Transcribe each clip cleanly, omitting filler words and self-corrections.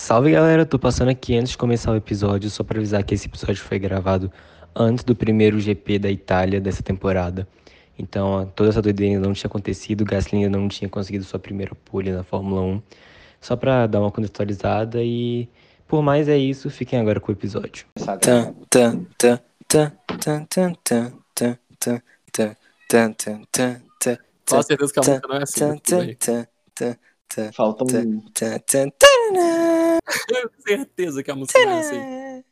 Salve galera, tô passando aqui antes de começar o episódio, só pra avisar que esse episódio foi gravado antes do primeiro GP da Itália dessa temporada. Então, toda essa doideira ainda não tinha acontecido, o Gasly ainda não tinha conseguido sua primeira pole na Fórmula 1. Só pra dar uma contextualizada e, por mais é isso, fiquem agora com o episódio. Quase certeza que a música não é assim, mas tudo bem. Falta um. Eu tenho certeza que a música não é assim.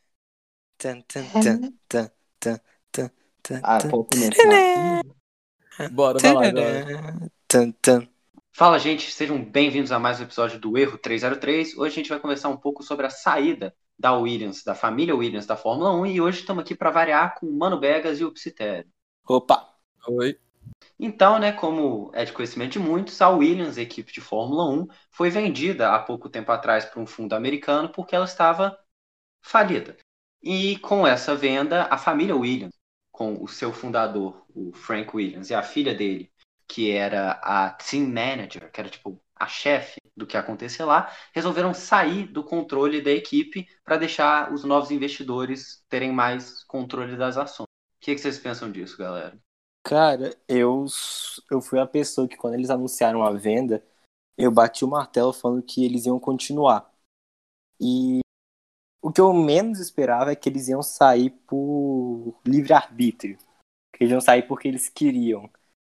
Ah, pode começar. Bora, vai lá agora. Fala, gente, sejam bem-vindos a mais um episódio do Erro 303. Hoje a gente vai conversar um pouco sobre a saída da Williams, da família Williams da Fórmula 1, e hoje estamos aqui para variar com o Mano Begas e o Psitério. Opa! Oi. Então, né, como é de conhecimento de muitos, a Williams, a equipe de Fórmula 1, foi vendida há pouco tempo atrás para um fundo americano porque ela estava falida. E com essa venda, a família Williams, com o seu fundador, o Frank Williams, e a filha dele, que era a team manager, que era tipo a chefe do que acontecia lá, resolveram sair do controle da equipe para deixar os novos investidores terem mais controle das ações. O que vocês pensam disso, galera? Cara, eu fui a pessoa que quando eles anunciaram a venda, eu bati o martelo falando que eles iam continuar. E o que eu menos esperava é que eles iam sair por livre-arbítrio. Que eles iam sair porque eles queriam.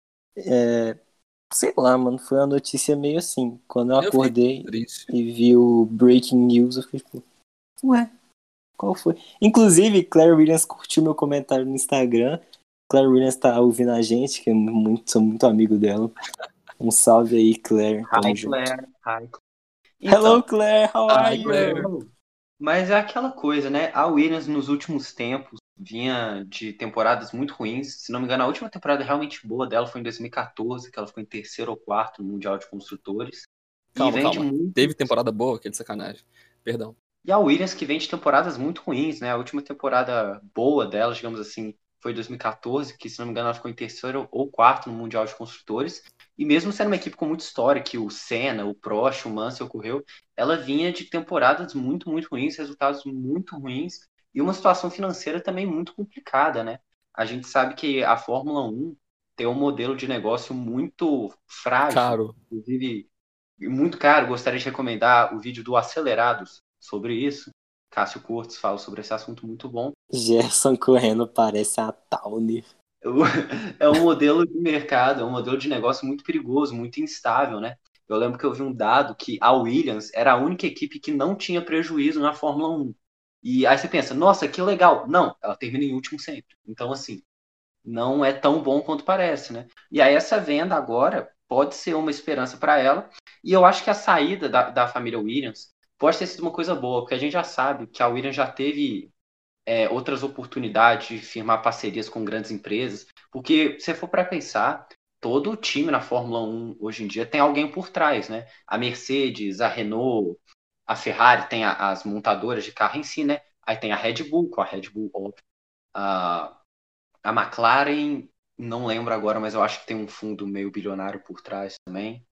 Sei lá, mano, foi uma notícia meio assim. Quando eu acordei Triste. e vi o Breaking News, eu fiquei tipo, ué, qual foi? Inclusive, Claire Williams curtiu meu comentário no Instagram. Claire Williams tá ouvindo a gente, que sou muito amigo dela. Um salve aí, Claire. Tamo Hi, junto. Claire. Hi. Hello, Claire, how are Hi, you? Claire. Mas é aquela coisa, né? A Williams nos últimos tempos vinha de temporadas muito ruins. Se não me engano, a última temporada realmente boa dela foi em 2014, que ela ficou em terceiro ou quarto no Mundial de Construtores. E vem de Calma. muito... Teve temporada boa? Que de sacanagem. Perdão. E a Williams que vem de temporadas muito ruins, né? A última temporada boa dela, digamos assim, foi 2014, que se não me engano ela ficou em terceiro ou quarto no Mundial de Construtores. E mesmo sendo uma equipe com muita história, que o Senna, o Prost, o Mansell ocorreu, ela vinha de temporadas muito, muito ruins, resultados muito ruins e uma situação financeira também muito complicada, né? A gente sabe que a Fórmula 1 tem um modelo de negócio muito frágil, Caro. inclusive muito caro. Gostaria de recomendar o vídeo do Acelerados sobre isso. Cássio Cortes fala sobre esse assunto muito bom. Gerson correndo parece a Tawny. É um modelo de mercado, é um modelo de negócio muito perigoso, muito instável, né? Eu lembro que eu vi um dado que a Williams era a única equipe que não tinha prejuízo na Fórmula 1. E aí você pensa, nossa, que legal. Não, ela termina em último sempre. Então, assim, não é tão bom quanto parece, né? E aí essa venda agora pode ser uma esperança para ela. E eu acho que a saída da família Williams pode ter sido uma coisa boa, porque a gente já sabe que a Williams já teve outras oportunidades de firmar parcerias com grandes empresas, porque se for para pensar, todo o time na Fórmula 1 hoje em dia tem alguém por trás, né? A Mercedes, a Renault, a Ferrari tem as montadoras de carro em si, né? Aí tem a Red Bull, com a Red Bull, óbvio. A McLaren, não lembro agora, mas eu acho que tem um fundo meio bilionário por trás também.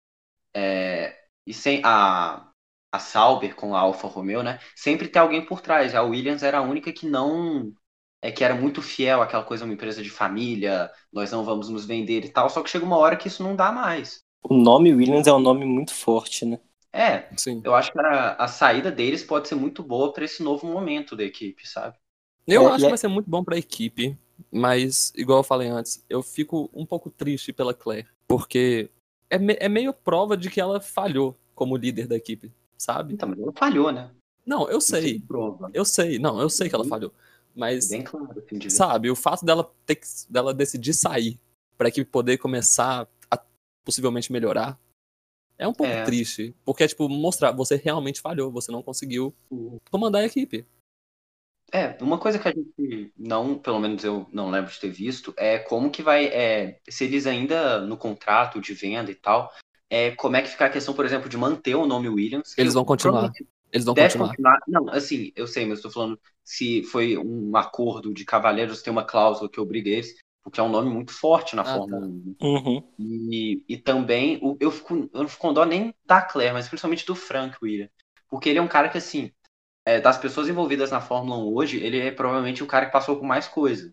E sem a Sauber com a Alfa Romeo, né? Sempre tem alguém por trás. A Williams era a única que não que era muito fiel àquela coisa, uma empresa de família, nós não vamos nos vender e tal. Só que chega uma hora que isso não dá mais. O nome Williams é um nome muito forte, né? Sim. Eu acho que a saída deles pode ser muito boa para esse novo momento da equipe, sabe? Eu acho que vai ser muito bom pra equipe, mas, igual eu falei antes, eu fico um pouco triste pela Claire, porque é meio prova de que ela falhou como líder da equipe, sabe? Então, mas ela falhou, né? Não, eu sei. Prova. Eu sei que ela falhou. Mas, Bem claro, assim, de ver. sabe, o fato dela decidir sair pra equipe poder começar a possivelmente melhorar é um pouco triste. Porque é tipo, mostrar, você realmente falhou, você não conseguiu comandar a equipe. Uma coisa que a gente não, pelo menos eu não lembro de ter visto, é como que vai, se eles ainda no contrato de venda e tal, como é que fica a questão, por exemplo, de manter o nome Williams. Eles vão continuar. Eles vão Deve continuar. continuar. Não, assim, eu sei, mas estou falando se foi um acordo de cavalheiros, tem uma cláusula que obriga eles, porque é um nome muito forte na Fórmula 1. Uhum. E também, eu não fico com dó nem da Claire, mas principalmente do Frank Williams. Porque ele é um cara que, assim, das pessoas envolvidas na Fórmula 1 hoje, ele é provavelmente o cara que passou por mais coisa.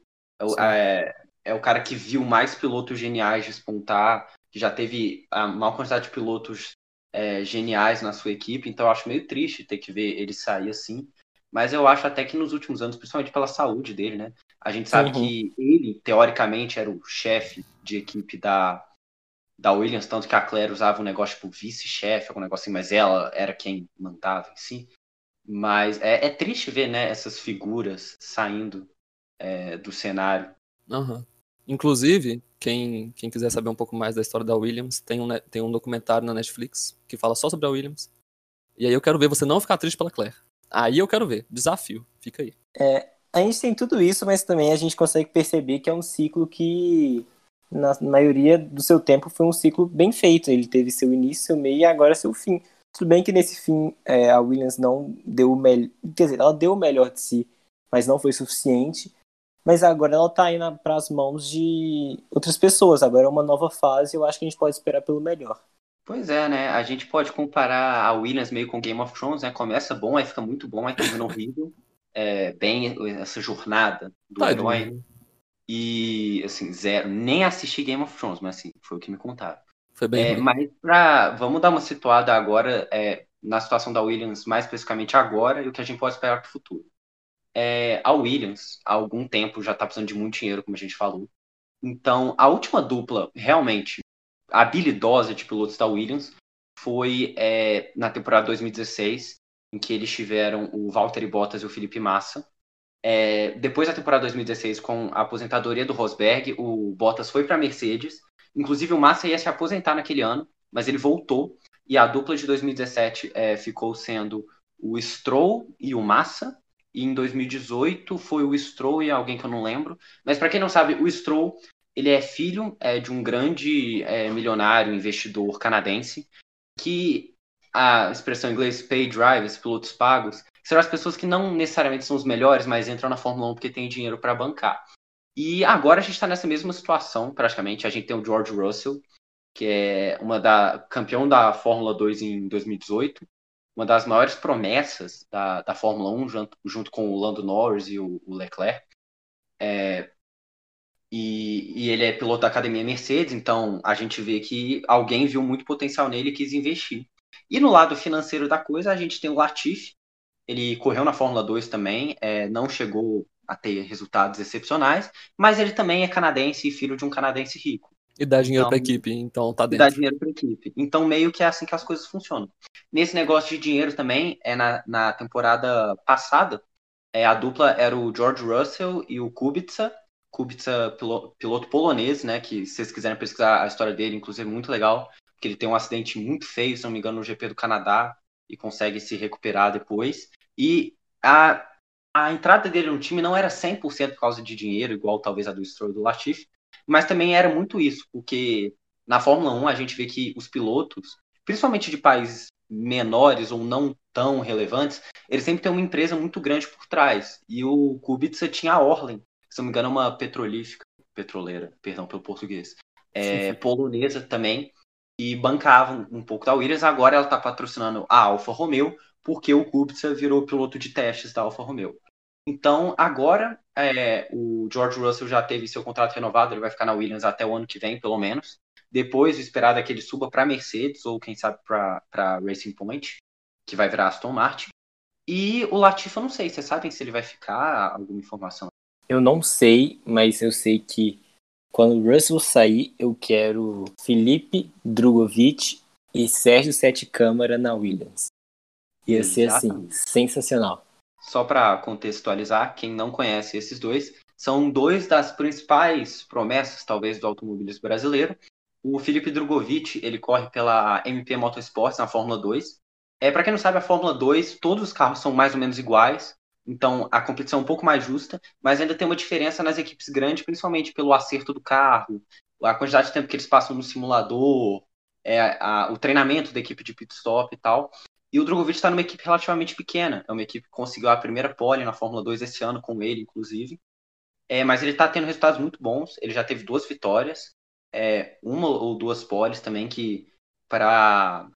É o cara que viu mais pilotos geniais despontar, que já teve a maior quantidade de pilotos geniais na sua equipe, então eu acho meio triste ter que ver ele sair assim. Mas eu acho até que nos últimos anos, principalmente pela saúde dele, né? A gente sabe que ele, teoricamente, era o chefe de equipe da Williams, tanto que a Claire usava um negócio tipo vice-chefe, algum negócio assim, mas ela era quem mandava em si. Mas é triste ver, né, essas figuras saindo do cenário. Uhum. Inclusive, quem quiser saber um pouco mais da história da Williams, tem um documentário na Netflix que fala só sobre a Williams. E aí eu quero ver você não ficar triste pela Claire. Aí eu quero ver. Desafio. Fica aí. A gente tem tudo isso, mas também a gente consegue perceber que é um ciclo que, na maioria do seu tempo, foi um ciclo bem feito. Ele teve seu início, seu meio e agora seu fim. Tudo bem que nesse fim a Williams não deu o melhor. Quer dizer, ela deu o melhor de si, mas não foi suficiente. Mas agora ela tá aí para as mãos de outras pessoas. Agora é uma nova fase e eu acho que a gente pode esperar pelo melhor. Pois é, né? A gente pode comparar a Williams meio com Game of Thrones, né? Começa bom, aí fica muito bom, aí termina horrível. Bem essa jornada do herói. Tadinho. E, assim, zero. Nem assisti Game of Thrones, mas, assim, foi o que me contaram. Foi bem ruim. Mas vamos dar uma situada agora na situação da Williams, mais especificamente agora, e o que a gente pode esperar para o futuro. A Williams, há algum tempo, já está precisando de muito dinheiro, como a gente falou. Então, a última dupla realmente habilidosa de pilotos da Williams foi na temporada 2016, em que eles tiveram o Valtteri Bottas e o Felipe Massa. Depois da temporada 2016, com a aposentadoria do Rosberg, o Bottas foi para a Mercedes. Inclusive, o Massa ia se aposentar naquele ano, mas ele voltou. E a dupla de 2017 ficou sendo o Stroll e o Massa. E em 2018 foi o Stroll e alguém que eu não lembro. Mas para quem não sabe, o Stroll ele é filho de um grande milionário investidor canadense que a expressão em inglês pay drivers, pilotos pagos, serão as pessoas que não necessariamente são os melhores, mas entram na Fórmula 1 porque tem dinheiro para bancar. E agora a gente está nessa mesma situação, praticamente. A gente tem o George Russell, que é campeão da Fórmula 2 em 2018, uma das maiores promessas da Fórmula 1, junto com o Lando Norris e o Leclerc. E ele é piloto da academia Mercedes, então a gente vê que alguém viu muito potencial nele e quis investir. E no lado financeiro da coisa, a gente tem o Latifi, ele correu na Fórmula 2 também, não chegou a ter resultados excepcionais, mas ele também é canadense e filho de um canadense rico. E dá dinheiro Então, pra equipe, então tá dá dentro. dinheiro para a equipe. Então, meio que é assim que as coisas funcionam. Nesse negócio de dinheiro também, na temporada passada, a dupla era o George Russell e o Kubica. Kubica, piloto polonês, né? Que se vocês quiserem pesquisar a história dele, inclusive é muito legal, porque ele tem um acidente muito feio, se não me engano, no GP do Canadá, e consegue se recuperar depois. E a entrada dele no time não era 100% por causa de dinheiro, igual talvez a do Stroll e do Latifi, mas também era muito isso, porque na Fórmula 1 a gente vê que os pilotos, principalmente de países menores ou não tão relevantes, eles sempre têm uma empresa muito grande por trás. E o Kubica tinha a Orlen, se não me engano, é uma petroleira, perdão pelo português, polonesa também, e bancava um pouco da Williams. Agora ela está patrocinando a Alfa Romeo, porque o Kubica virou piloto de testes da Alfa Romeo. Então, agora, o George Russell já teve seu contrato renovado, ele vai ficar na Williams até o ano que vem, pelo menos. Depois, o esperado é que ele suba para Mercedes, ou quem sabe para Racing Point, que vai virar Aston Martin. E o Latifi, eu não sei, vocês sabem se ele vai ficar? Alguma informação? Eu não sei, mas eu sei que quando o Russell sair, eu quero Felipe Drugovich e Sérgio Sete Câmara na Williams. Ia ser, assim, sensacional. Só para contextualizar, quem não conhece esses dois, são dois das principais promessas, talvez, do automobilismo brasileiro. O Felipe Drugovich, ele corre pela MP Motorsports na Fórmula 2. Para quem não sabe, a Fórmula 2, todos os carros são mais ou menos iguais, então a competição é um pouco mais justa, mas ainda tem uma diferença nas equipes grandes, principalmente pelo acerto do carro, a quantidade de tempo que eles passam no simulador, o treinamento da equipe de pit stop e tal. E o Drugovich está numa equipe relativamente pequena, é uma equipe que conseguiu a primeira pole na Fórmula 2 esse ano, com ele, inclusive. Mas ele está tendo resultados muito bons, ele já teve 2 vitórias, uma ou 2 poles também, que para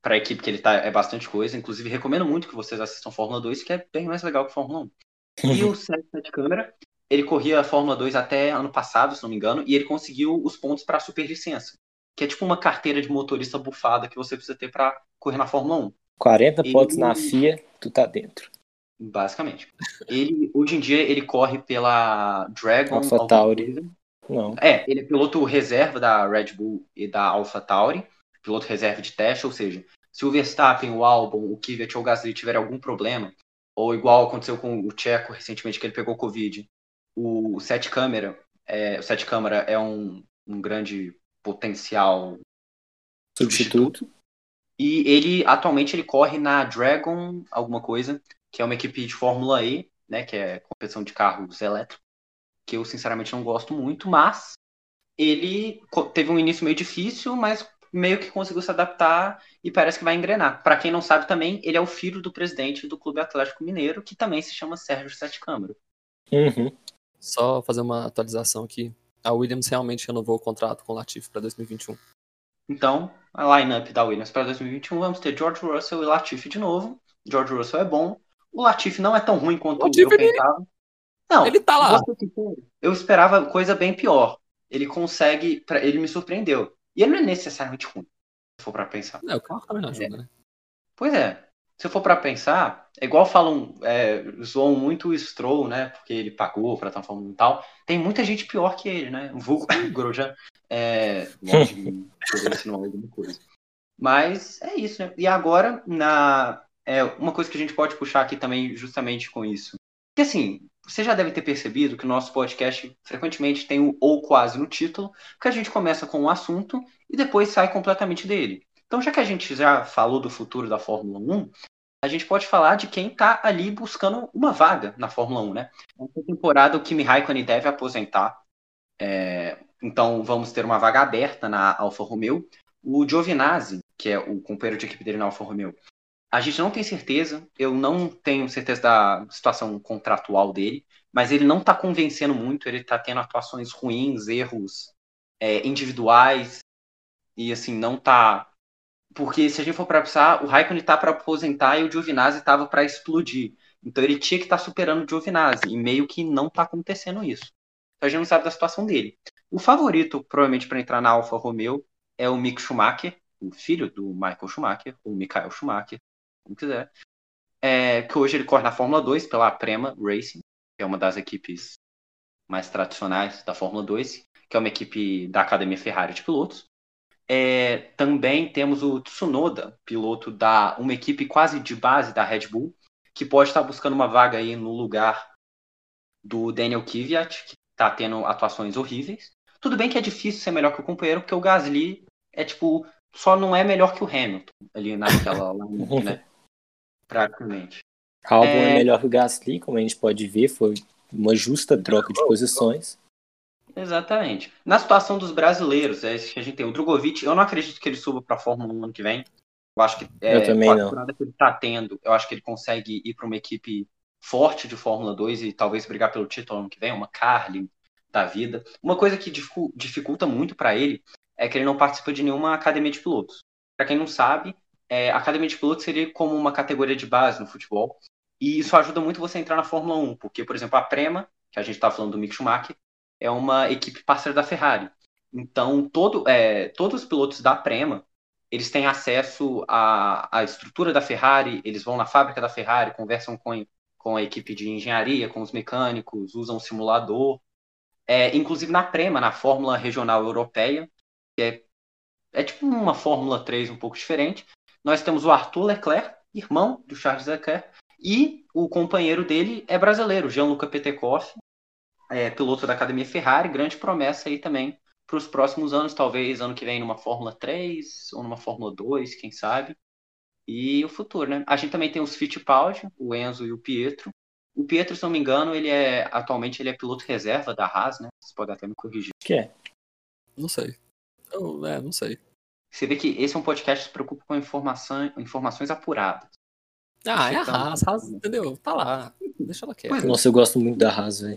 Pra equipe que ele tá, é bastante coisa. Inclusive, recomendo muito que vocês assistam Fórmula 2, que é bem mais legal que Fórmula 1. E o Sete Câmara, ele corria a Fórmula 2 até ano passado, se não me engano, e ele conseguiu os pontos para superlicença, que é tipo uma carteira de motorista bufada que você precisa ter para correr na Fórmula 1. 40 pontos na FIA, tu tá dentro. Basicamente. Ele, hoje em dia, ele corre pela Dragon AlphaTauri. Não. Ele é piloto reserva da Red Bull e da AlphaTauri, piloto reserva de teste, ou seja, se o Verstappen, o Albon, o Kvyat ou o Gasly tiverem algum problema, ou igual aconteceu com o Checo recentemente, que ele pegou Covid, o Sete Câmara é um grande potencial substituto. E ele, atualmente, ele corre na Dragon alguma coisa, que é uma equipe de Fórmula E, né, que é competição de carros elétricos, que eu, sinceramente, não gosto muito, mas ele teve um início meio difícil, mas meio que conseguiu se adaptar e parece que vai engrenar. Para quem não sabe também, ele é o filho do presidente do Clube Atlético Mineiro, que também se chama Sérgio Sete Câmara. Uhum. Só fazer uma atualização aqui. A Williams realmente renovou o contrato com o Latifi para 2021. Então, a line-up da Williams para 2021, vamos ter George Russell e Latifi de novo. George Russell é bom. O Latifi não é tão ruim quanto eu pensava. Não, ele tá lá. Eu esperava coisa bem pior. Ele consegue, ele me surpreendeu. E ele não é necessariamente ruim, se for pra pensar. O carro também não ajuda, né? Pois é. Se for pra pensar, é igual falam, zoam muito o Stroll, né? Porque ele pagou pra estar na Fórmula 1 e tal. Tem muita gente pior que ele, né? O vulgo Grosjean, longe de poder ensinar alguma coisa. Mas é isso, né? E agora, uma coisa que a gente pode puxar aqui também, justamente com isso. Porque assim, você já deve ter percebido que o nosso podcast frequentemente tem o ou quase no título, porque a gente começa com um assunto e depois sai completamente dele. Então, já que a gente já falou do futuro da Fórmula 1, a gente pode falar de quem está ali buscando uma vaga na Fórmula 1, né? Essa temporada o Kimi Raikkonen deve aposentar, então vamos ter uma vaga aberta na Alfa Romeo. O Giovinazzi, que é o companheiro de equipe dele na Alfa Romeo, a gente não tem certeza, eu não tenho certeza da situação contratual dele, mas ele não está convencendo muito, ele está tendo atuações ruins, erros individuais, e assim, não está... Porque se a gente for para pensar, o Raikkonen está para aposentar e o Giovinazzi estava para explodir. Então ele tinha que estar superando o Giovinazzi, e meio que não está acontecendo isso. Então a gente não sabe da situação dele. O favorito, provavelmente, para entrar na Alfa Romeo é o Mick Schumacher, o filho do Michael Schumacher, ou Michael Schumacher, como quiser, que hoje ele corre na Fórmula 2 pela Prema Racing, que é uma das equipes mais tradicionais da Fórmula 2, que é uma equipe da Academia Ferrari de pilotos. Também temos o Tsunoda, piloto da uma equipe quase de base da Red Bull, que pode estar buscando uma vaga aí no lugar do Daniel Kvyat, que está tendo atuações horríveis. Tudo bem que é difícil ser melhor que o companheiro, porque o Gasly só não é melhor que o Hamilton ali naquela linha, né? Praticamente. Albon é melhor que o Gasly, como a gente pode ver, foi uma justa troca de posições. Exatamente. Na situação dos brasileiros, que a gente tem o Drogovic, eu não acredito que ele suba para a Fórmula 1 ano que vem. Eu acho que eu também com a não. temporada que ele está tendo, eu acho que ele consegue ir para uma equipe forte de Fórmula 2 e talvez brigar pelo título ano que vem, uma Carlin da vida. Uma coisa que dificulta muito para ele é que ele não participa de nenhuma academia de pilotos. Para quem não sabe, a academia de pilotos seria como uma categoria de base no futebol, e isso ajuda muito você a entrar na Fórmula 1, porque, por exemplo, a Prema, que a gente está falando do Mick Schumacher, é uma equipe parceira da Ferrari. Então, todos os pilotos da Prema, eles têm acesso à estrutura da Ferrari, eles vão na fábrica da Ferrari, conversam com a equipe de engenharia, com os mecânicos, usam o simulador. Inclusive na Prema, na Fórmula Regional Europeia, que é tipo uma Fórmula 3 um pouco diferente, nós temos o Arthur Leclerc, irmão do Charles Leclerc, e o companheiro dele é brasileiro, Gianluca Petekoff, piloto da Academia Ferrari, grande promessa aí também para os próximos anos, talvez ano que vem numa Fórmula 3 ou numa Fórmula 2, quem sabe. E o futuro, né? A gente também tem os Fittipaldi, o Enzo e o Pietro. O Pietro, se não me engano, atualmente ele é piloto reserva da Haas, né? Você pode até me corrigir. Que é? Não sei. Não sei. Você vê que esse é um podcast que se preocupa com informações apuradas. É a Haas, entendeu? Tá lá. Deixa ela quieta. Nossa, eu gosto muito da Haas, velho.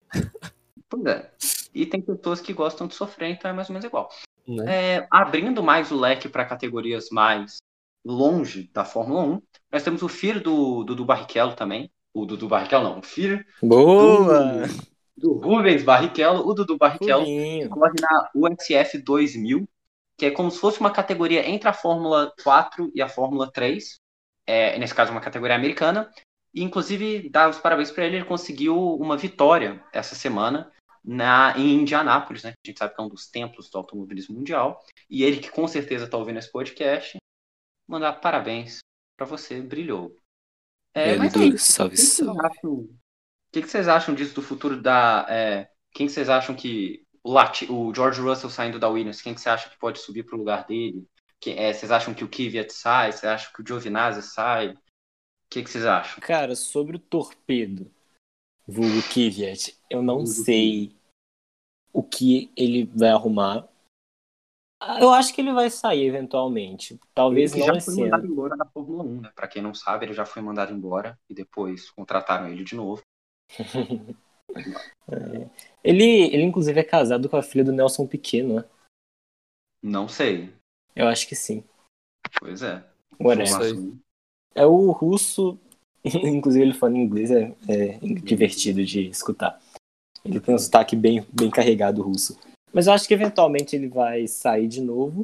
Pois é. E tem pessoas que gostam de sofrer, então é mais ou menos igual. Né? Abrindo mais o leque para categorias mais longe da Fórmula 1. Nós temos o filho do Dudu Barrichello também. O Dudu Barrichello não, o filho Boa! do Rubens Barrichello, o Dudu Barrichello, que Rubinho. corre na USF 2000, que é como se fosse uma categoria entre a Fórmula 4 e a Fórmula 3. Nesse caso, uma categoria americana. E, inclusive, dar os parabéns para ele conseguiu uma vitória essa semana em Indianápolis, né? A gente sabe que é um dos templos do automobilismo mundial. E ele, que com certeza está ouvindo esse podcast, mandar parabéns para você, brilhou. Mas é isso. Salve, salve. O que vocês acham disso do futuro quem vocês acham que o George Russell saindo da Williams, quem que você acha que pode subir para o lugar dele? Vocês acham que o Kvyat sai? Vocês acham que o Giovinazzi sai? O que vocês acham? Cara, sobre o torpedo, vulgo Kvyat, eu não sei o que ele vai arrumar. Eu acho que ele vai sair eventualmente. Talvez ele não já foi esse mandado ano. embora da Fórmula 1, né? Pra quem não sabe, ele já foi mandado embora e depois contrataram ele de novo. Ele inclusive é casado com a filha do Nelson Piquet, né? Não sei. Eu acho que sim. Pois é. Whatever. É o russo, inclusive ele falando inglês é divertido de escutar. Ele tem um sotaque bem carregado russo. Mas eu acho que eventualmente ele vai sair de novo.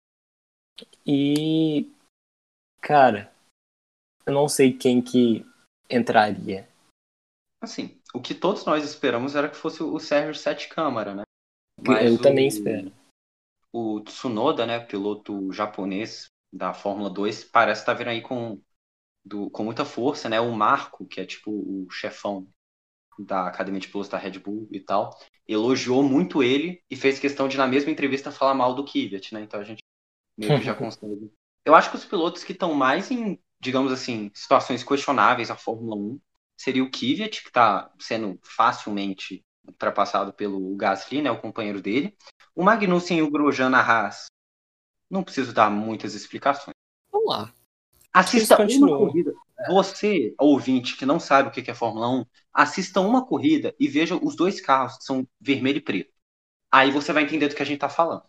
E, cara, eu não sei quem que entraria. Assim, o que todos nós esperamos era que fosse o Sérgio Sete Câmara, né? Eu também espero. O Tsunoda, né, piloto japonês da Fórmula 2, parece estar vindo aí com muita força, né? O Marco, que é tipo o chefão da Academia de Pilotos da Red Bull e tal, elogiou muito ele e fez questão de, na mesma entrevista, falar mal do Kvyat, né? Então a gente meio que já consegue. Eu acho que os pilotos que estão mais em, digamos assim, situações questionáveis na Fórmula 1 seria o Kvyat, que está sendo facilmente ultrapassado pelo Gasly, né, o companheiro dele. O Magnussen e o Grosjean na Haas, não preciso dar muitas explicações. Vamos lá. Assista uma corrida. Você, ouvinte, que não sabe o que é Fórmula 1, assista uma corrida e veja os dois carros que são vermelho e preto. Aí você vai entender do que a gente tá falando.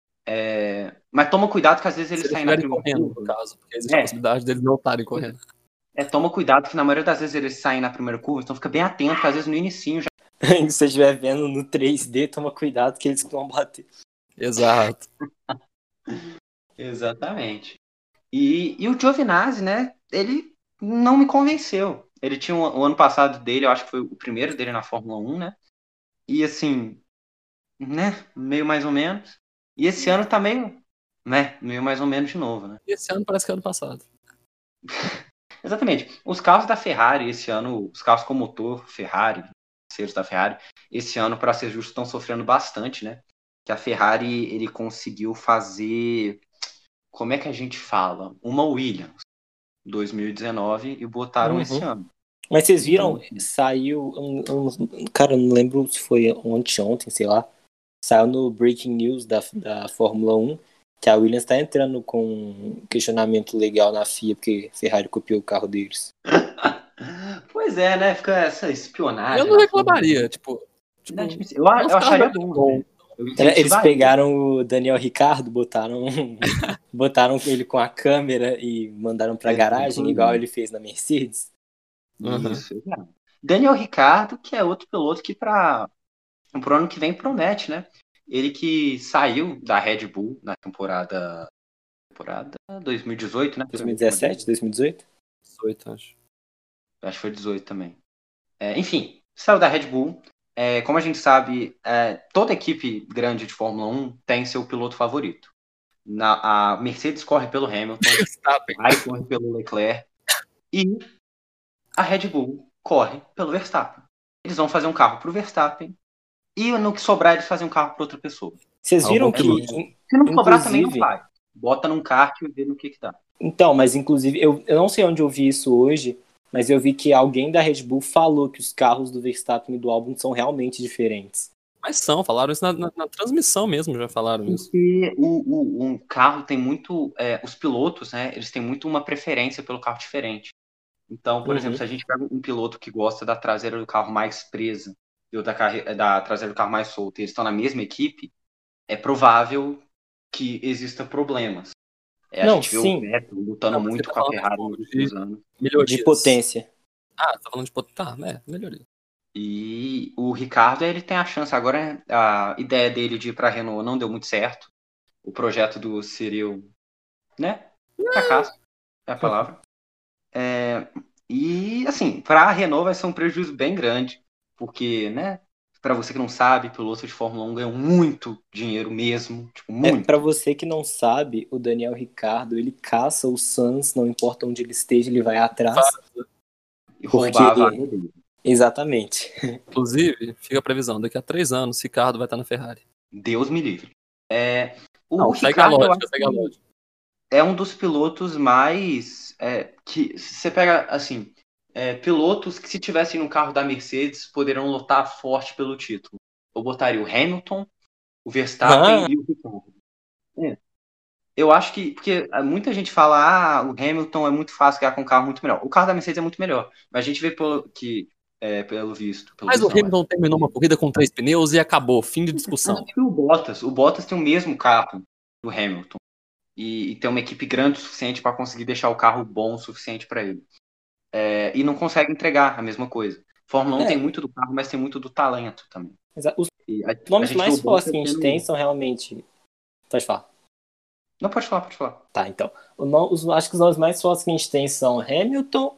Mas toma cuidado que às vezes eles saem na primeira correndo, curva. No caso, porque existe a possibilidade deles não estarem correndo. Toma cuidado que na maioria das vezes eles saem na primeira curva, então fica bem atento, que às vezes no inicinho já... Se você estiver vendo no 3D, toma cuidado que eles vão bater. Exato. Exatamente. E o Giovinazzi, né, ele não me convenceu. Ele tinha o ano passado dele, eu acho que foi o primeiro dele na Fórmula 1, né? E assim, né, meio mais ou menos. E esse ano tá meio mais ou menos de novo, né? E esse ano parece que é ano passado. Exatamente. Os carros da Ferrari esse ano, os carros com motor Ferrari, parceiros da Ferrari, esse ano, para ser justo, estão sofrendo bastante, né? Que a Ferrari, ele conseguiu fazer, como é que a gente fala? Uma Williams 2019 e botaram esse ano. Mas vocês viram, saiu, cara, eu não lembro se foi ontem, sei lá, saiu no Breaking News da Fórmula 1 que a Williams tá entrando com questionamento legal na FIA porque a Ferrari copiou o carro deles. Pois é, né? Fica essa espionagem. Eu não reclamaria, eu acharia bom. Eles pegaram o Daniel Ricciardo, botaram ele com a câmera e mandaram pra garagem, igual ele fez na Mercedes. Isso. Daniel Ricciardo, que é outro piloto que pro ano que vem promete, né? Ele que saiu da Red Bull na temporada 2018, né? 2017, 2018? 18, acho. Acho que foi 18 também. Enfim, saiu da Red Bull. Como a gente sabe, toda equipe grande de Fórmula 1 tem seu piloto favorito. A Mercedes corre pelo Hamilton, a corre pelo Leclerc e a Red Bull corre pelo Verstappen. Eles vão fazer um carro pro Verstappen e no que sobrar eles fazem um carro para outra pessoa. Vocês viram que... Se não sobrar também não vai. Bota num kart e vê no que dá. Então, mas inclusive, eu não sei onde eu vi isso hoje, mas eu vi que alguém da Red Bull falou que os carros do Verstappen e do Albon são realmente diferentes. Mas falaram isso na transmissão mesmo, já falaram isso. Porque um carro tem muito... os pilotos, né, eles têm muito uma preferência pelo carro diferente. Então, por exemplo, se a gente pega um piloto que gosta da traseira do carro mais presa e o da traseira do carro mais solta, e eles estão na mesma equipe, é provável que existam problemas. A Não, gente vê o sim, Vettel lutando Não, mas você muito tá com a falando, Ferrari tipo, nos últimos anos. melhorias. de potência. Ah, você tá falando de potência. Tá, melhoria. E o Ricardo, ele tem a chance. Agora, a ideia dele de ir para a Renault não deu muito certo. O projeto do Cyril, né? Fracasso, é a palavra. E, assim, para a Renault vai ser um prejuízo bem grande. Porque, né? Para você que não sabe, pilotos de Fórmula 1 ganham muito dinheiro mesmo. Tipo, Pra muito. você que não sabe, o Daniel Ricciardo, ele caça o Sainz, não importa onde ele esteja, ele vai atrás. E Porque- roubar a vaga dele. Exatamente. Inclusive, fica a previsão, daqui a 3 anos, Ricardo vai estar na Ferrari. Deus me livre. O Não, segue a Ricardo, eu lógica, acho segue a que lógica. é um dos pilotos mais que se você pega assim, pilotos que se tivessem no carro da Mercedes poderiam lutar forte pelo título. Eu botaria o Hamilton, o Verstappen Ah, e o Ricardo. É. Eu acho que porque muita gente fala, o Hamilton é muito fácil ganhar com um carro muito melhor. O carro da Mercedes é muito melhor, mas a gente vê pelo visto, Mas o não, Hamilton terminou uma corrida com 3 pneus e acabou, fim de discussão. E o Bottas tem o mesmo carro do Hamilton e tem uma equipe grande o suficiente para conseguir deixar o carro bom o suficiente para ele. E não consegue entregar a mesma coisa. Fórmula 1 tem muito do carro, mas tem muito do talento também. os E a nomes gente vê o mais fortes Bottas que a gente tendo... tem são realmente. Pode falar. Não, pode falar, pode falar. Tá, então. Acho que os nomes mais fortes que a gente tem são Hamilton,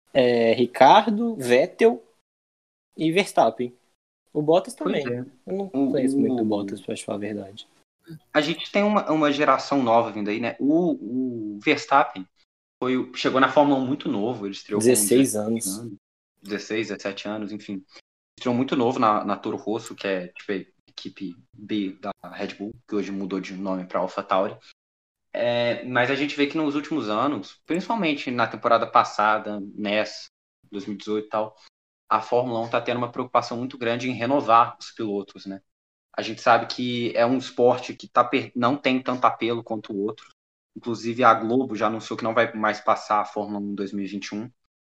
Ricardo, Vettel e Verstappen. O Bottas Pois também. é. Eu não conheço muito do Bottas, pra te falar a verdade. A gente tem uma geração nova vindo aí, né? O Verstappen chegou na Fórmula 1 muito novo, ele estreou com 16 anos. 16, 17 anos, enfim. Estreou muito novo na Toro Rosso, que é tipo a equipe B da Red Bull, que hoje mudou de nome para AlphaTauri. Mas a gente vê que nos últimos anos, principalmente na temporada passada, nessa, 2018 e tal, a Fórmula 1 está tendo uma preocupação muito grande em renovar os pilotos, né? A gente sabe que é um esporte que não tem tanto apelo quanto o outro. Inclusive, a Globo já anunciou que não vai mais passar a Fórmula 1 em 2021.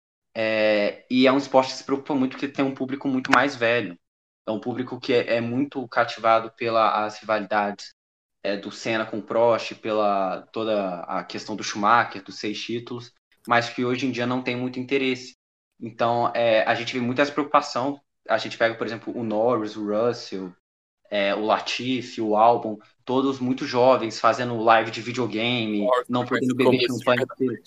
E é um esporte que se preocupa muito porque tem um público muito mais velho. É um público que é muito cativado pelas rivalidades do Senna com o Prost, pela toda a questão do Schumacher, dos 6 títulos, mas que hoje em dia não tem muito interesse. Então, a gente vê muita essa preocupação. A gente pega, por exemplo, o Norris, o Russell, o Latifi, o Albon, todos muito jovens, fazendo live de videogame, não podendo beber champanhe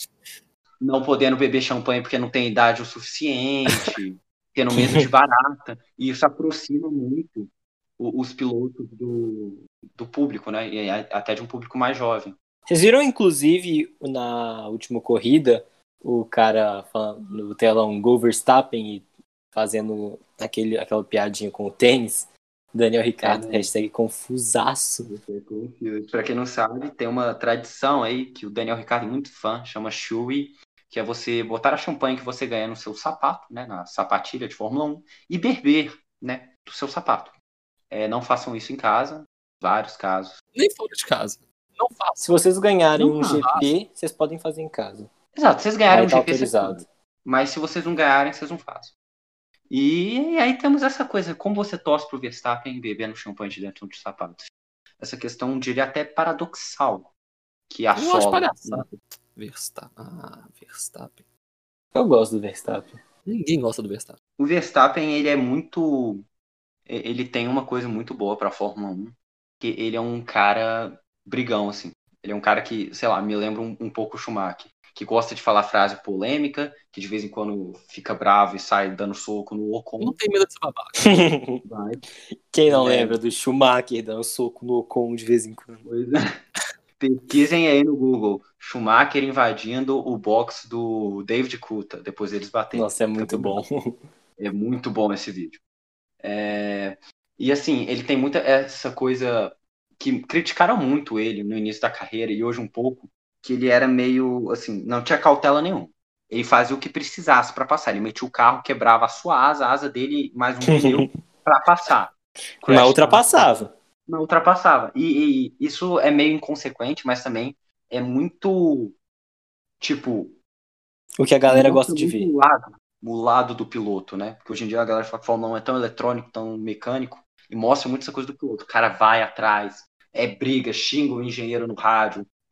porque não tem idade o suficiente, tendo medo de barata, e isso aproxima muito os pilotos do público, né? E até de um público mais jovem. Vocês viram, inclusive, na última corrida, o cara falando no telão Go Verstappen e fazendo aquela piadinha com o tênis? Daniel Ricciardo, hashtag confusaço. Para quem não sabe, tem uma tradição aí que o Daniel Ricciardo é muito fã, chama Shoei, que é você botar a champanhe que você ganha no seu sapato, né, na sapatilha de Fórmula 1, e beber, né, do seu sapato. Não façam isso em casa, vários casos. Nem fora de casa. Não faço. Se vocês ganharem Não um GP, vocês podem fazer em casa. Exato, vocês ganharem Vai um estar GP, autorizado. vocês podem. Mas se vocês não ganharem, vocês não fazem. E aí temos essa coisa, como você torce pro Verstappen bebendo champanhe de dentro de sapatos. Essa questão, diria até paradoxal, que Eu acho assola. palhaçada. Verstappen. Eu gosto do Verstappen. Ninguém gosta do Verstappen. O Verstappen, ele é muito... Ele tem uma coisa muito boa pra Fórmula 1, que ele é um cara brigão, assim. Ele é um cara que, sei lá, me lembra um pouco o Schumacher, que gosta de falar frase polêmica, que de vez em quando fica bravo e sai dando soco no Ocon. Não tem medo de ser babaca. Vai. Quem não lembra do Schumacher dando soco no Ocon de vez em quando? Pois é. Pesquisem aí no Google, Schumacher invadindo o box do David Coulthard, depois eles baterem. Nossa, é muito bom. É muito bom esse vídeo. E assim, ele tem muita essa coisa que criticaram muito ele no início da carreira e hoje um pouco, que ele era meio assim, não tinha cautela nenhuma. Ele fazia o que precisasse para passar. Ele metia o carro, quebrava a sua asa, a asa dele mais um pneu para passar. Mas ultrapassava. Não ultrapassava. E isso é meio inconsequente, mas também é muito, tipo... O que a galera mostra gosta de muito ver. o lado do piloto, né? Porque hoje em dia a galera fala que a Fórmula 1 é tão eletrônico, tão mecânico, e mostra muito essa coisa do piloto. O cara vai atrás, briga, xinga o engenheiro no rádio,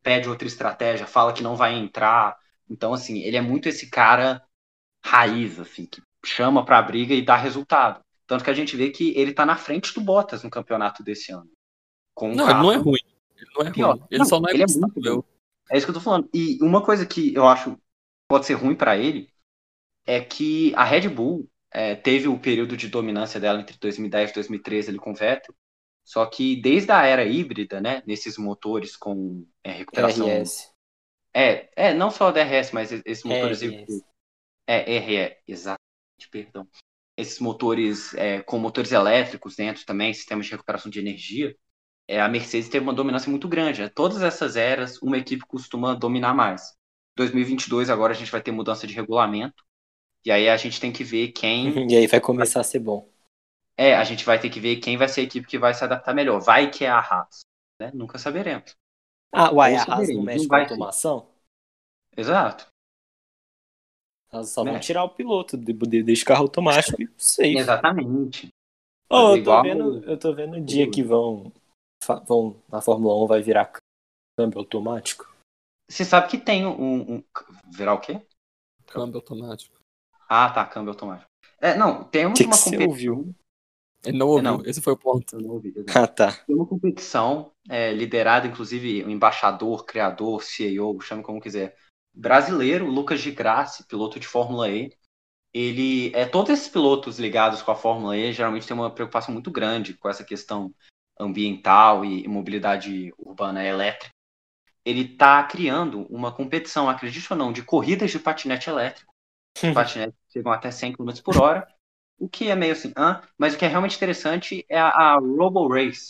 pede outra estratégia, fala que não vai entrar. Então, assim, ele é muito esse cara raiz, assim, que chama pra briga e dá resultado. Tanto que a gente vê que ele tá na frente do Bottas no campeonato desse ano. Com um Não, ele não é carro ruim. Ele não é pior. ruim. Ele Não, só não é ele é muito bom. gostável. É isso que eu tô falando. E uma coisa que eu acho pode ser ruim pra ele é que a Red Bull teve o período de dominância dela entre 2010 e 2013 ali com o Vettel. Só que desde a era híbrida, né, nesses motores com recuperação. RS. Não só o DRS, mas esses motores RS. exatamente, perdão. Esses motores com motores elétricos dentro também, sistemas de recuperação de energia, a Mercedes teve uma dominância muito grande. Né? Todas essas eras, uma equipe costuma dominar mais. 2022 agora a gente vai ter mudança de regulamento, e aí a gente tem que ver quem... E aí vai começar a ser bom. A gente vai ter que ver quem vai ser a equipe que vai se adaptar melhor. Vai que é a Haas, né? Nunca saberemos. Uai, Ou a Haas não saberemos, mexe não com vai ser. automação? Exato. Elas só vão Mexe. tirar o piloto, deixa o carro automático e safe. Exatamente. Oh, Igual eu tô vendo o dia que vão na Fórmula 1 vai virar câmbio automático. Você sabe que tem virar o quê? Câmbio automático. Ah, tá, câmbio automático. Não, temos Que uma você competição. ouviu? Ele não ouviu. Não. Esse foi o ponto. Eu não ouvi, exato. Ah, tá. Tem uma competição liderada, inclusive, o embaixador, criador, CEO, chame como quiser, brasileiro, Lucas de Grassi, piloto de Fórmula E. Ele todos esses pilotos ligados com a Fórmula E geralmente têm uma preocupação muito grande com essa questão ambiental e mobilidade urbana elétrica. Ele está criando uma competição, acredite ou não, de corridas de patinete elétrico. Os patinetes chegam até 100 km por hora, o que é meio assim, mas o que é realmente interessante é a Robo Race.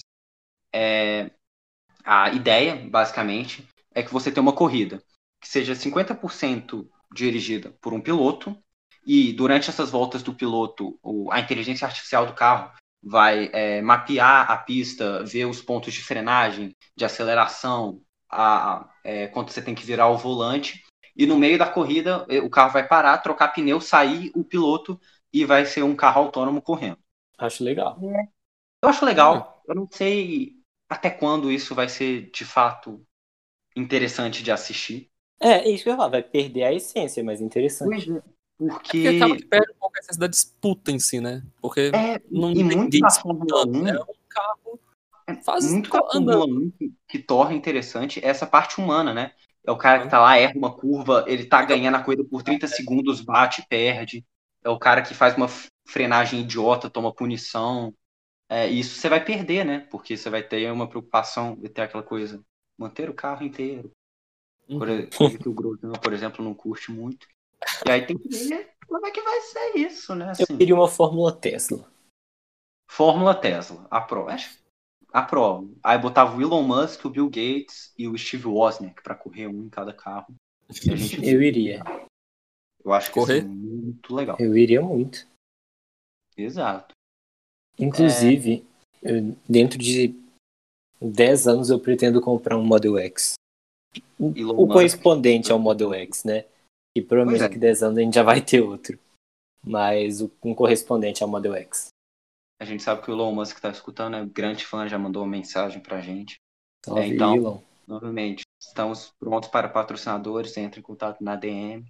A ideia, basicamente, é que você tenha uma corrida que seja 50% dirigida por um piloto, e durante essas voltas do piloto, a inteligência artificial do carro vai mapear a pista, ver os pontos de frenagem, de aceleração, quando você tem que virar o volante, e no meio da corrida o carro vai parar, trocar pneu, sair o piloto e vai ser um carro autônomo correndo. Acho legal. Eu acho legal. Eu não sei até quando isso vai ser, de fato, interessante de assistir. Isso que eu ia falar, vai perder a essência, mas interessante. Pois é. Porque acaba que perde um pouco a essência da disputa em si, né? Porque não e tem muito ninguém da Fórmula disputando. 1, É um carro faz muito da Fórmula andando. 1 que torna interessante é essa parte humana, né? É o cara que tá lá, erra uma curva, ele tá ganhando a corrida por 30 segundos, bate e perde. É o cara que faz uma frenagem idiota, toma punição. Isso você vai perder, né? Porque você vai ter uma preocupação de ter aquela coisa, manter o carro inteiro. Coisa que o Grosjean, por exemplo, não curte muito. E aí tem que ver como é que vai ser isso, né? Assim, Eu queria uma Fórmula Tesla. Fórmula Tesla, aprovo. Aí botava o Elon Musk, o Bill Gates e o Steve Wozniak pra correr um em cada carro. E a gente Eu iria. Eu acho que Correr? isso é muito legal. Eu iria muito. Exato. Inclusive, dentro de 10 anos eu pretendo comprar um Model X. Elon O Musk. correspondente ao Model X, né? E provavelmente Pois é. daqui a 10 anos a gente já vai ter outro. Mas um correspondente ao Model X. A gente sabe que o Elon Musk tá escutando, é grande fã, já mandou uma mensagem pra gente. Salve, Então, Elon. novamente, estamos prontos para patrocinadores, entre em contato na DM.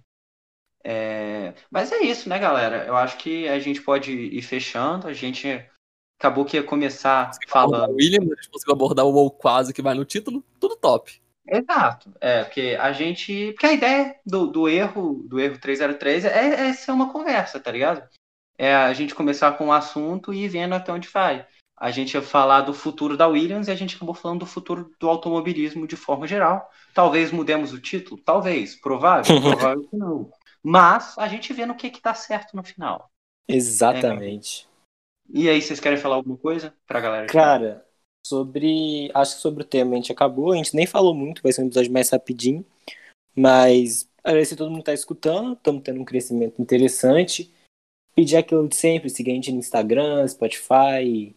Mas é isso, né, galera? Eu acho que a gente pode ir fechando. A gente acabou que ia começar Abordar falando. o Williams, a gente conseguiu abordar o ou quase que vai no título, tudo top. Exato. Porque a gente. Porque a ideia do erro 303 é ser uma conversa, tá ligado? É a gente começar com um assunto e ir vendo até onde vai. A gente ia falar do futuro da Williams e a gente acabou falando do futuro do automobilismo de forma geral. Talvez mudemos o título? Talvez. Provável que não. Mas a gente vê no que dá certo no final. Exatamente. E aí, vocês querem falar alguma coisa pra galera? Cara, acho que sobre o tema a gente acabou. A gente nem falou muito, vai ser um episódio mais rapidinho. Mas agradecer a todo mundo que tá escutando. Estamos tendo um crescimento interessante. Pedir aquilo de sempre, seguir a gente no Instagram, Spotify,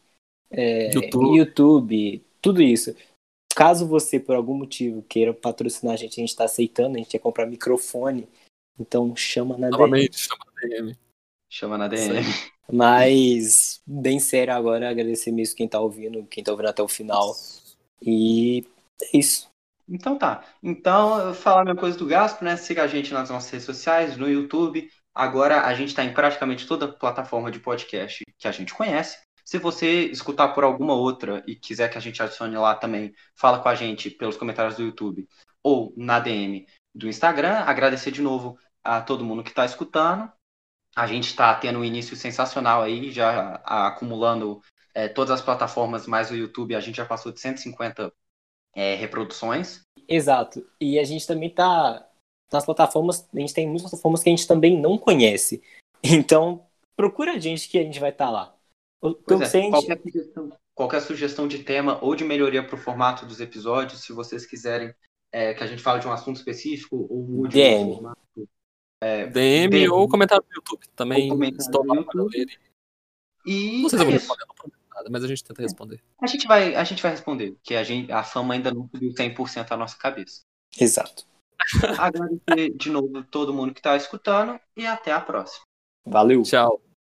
YouTube, tudo isso. Caso você, por algum motivo, queira patrocinar a gente está aceitando, a gente quer comprar microfone, então chama na Novamente, chama na DM. Chama na DM. Mas, bem sério agora, agradecer mesmo quem tá ouvindo até o final. E é isso. Então tá. Então, eu vou falar a mesma coisa do Gaspo, né? Siga a gente nas nossas redes sociais, no YouTube. Agora a gente está em praticamente toda plataforma de podcast que a gente conhece. Se você escutar por alguma outra e quiser que a gente adicione lá também, fala com a gente pelos comentários do YouTube ou na DM do Instagram. Agradecer de novo a todo mundo que está escutando. A gente está tendo um início sensacional aí, já acumulando todas as plataformas mais o YouTube. A gente já passou de 150 reproduções. Exato. E a gente também tá nas plataformas, a gente tem muitas plataformas que a gente também não conhece. Então, procura a gente que a gente vai estar lá. Pois Se a é, gente... qualquer sugestão de tema ou de melhoria para o formato dos episódios, se vocês quiserem que a gente fale de um assunto específico ou mude o DM. formato, DM ou comentário no YouTube. Também ou comentário estou no lá para YouTube. ler. E Não sei se eu vou é isso. responder, não prometo nada, mas a gente tenta responder. A gente vai responder, porque a fama ainda não subiu 100% à nossa cabeça. Exato. Agradecer de novo todo mundo que está escutando e até a próxima. Valeu. Tchau.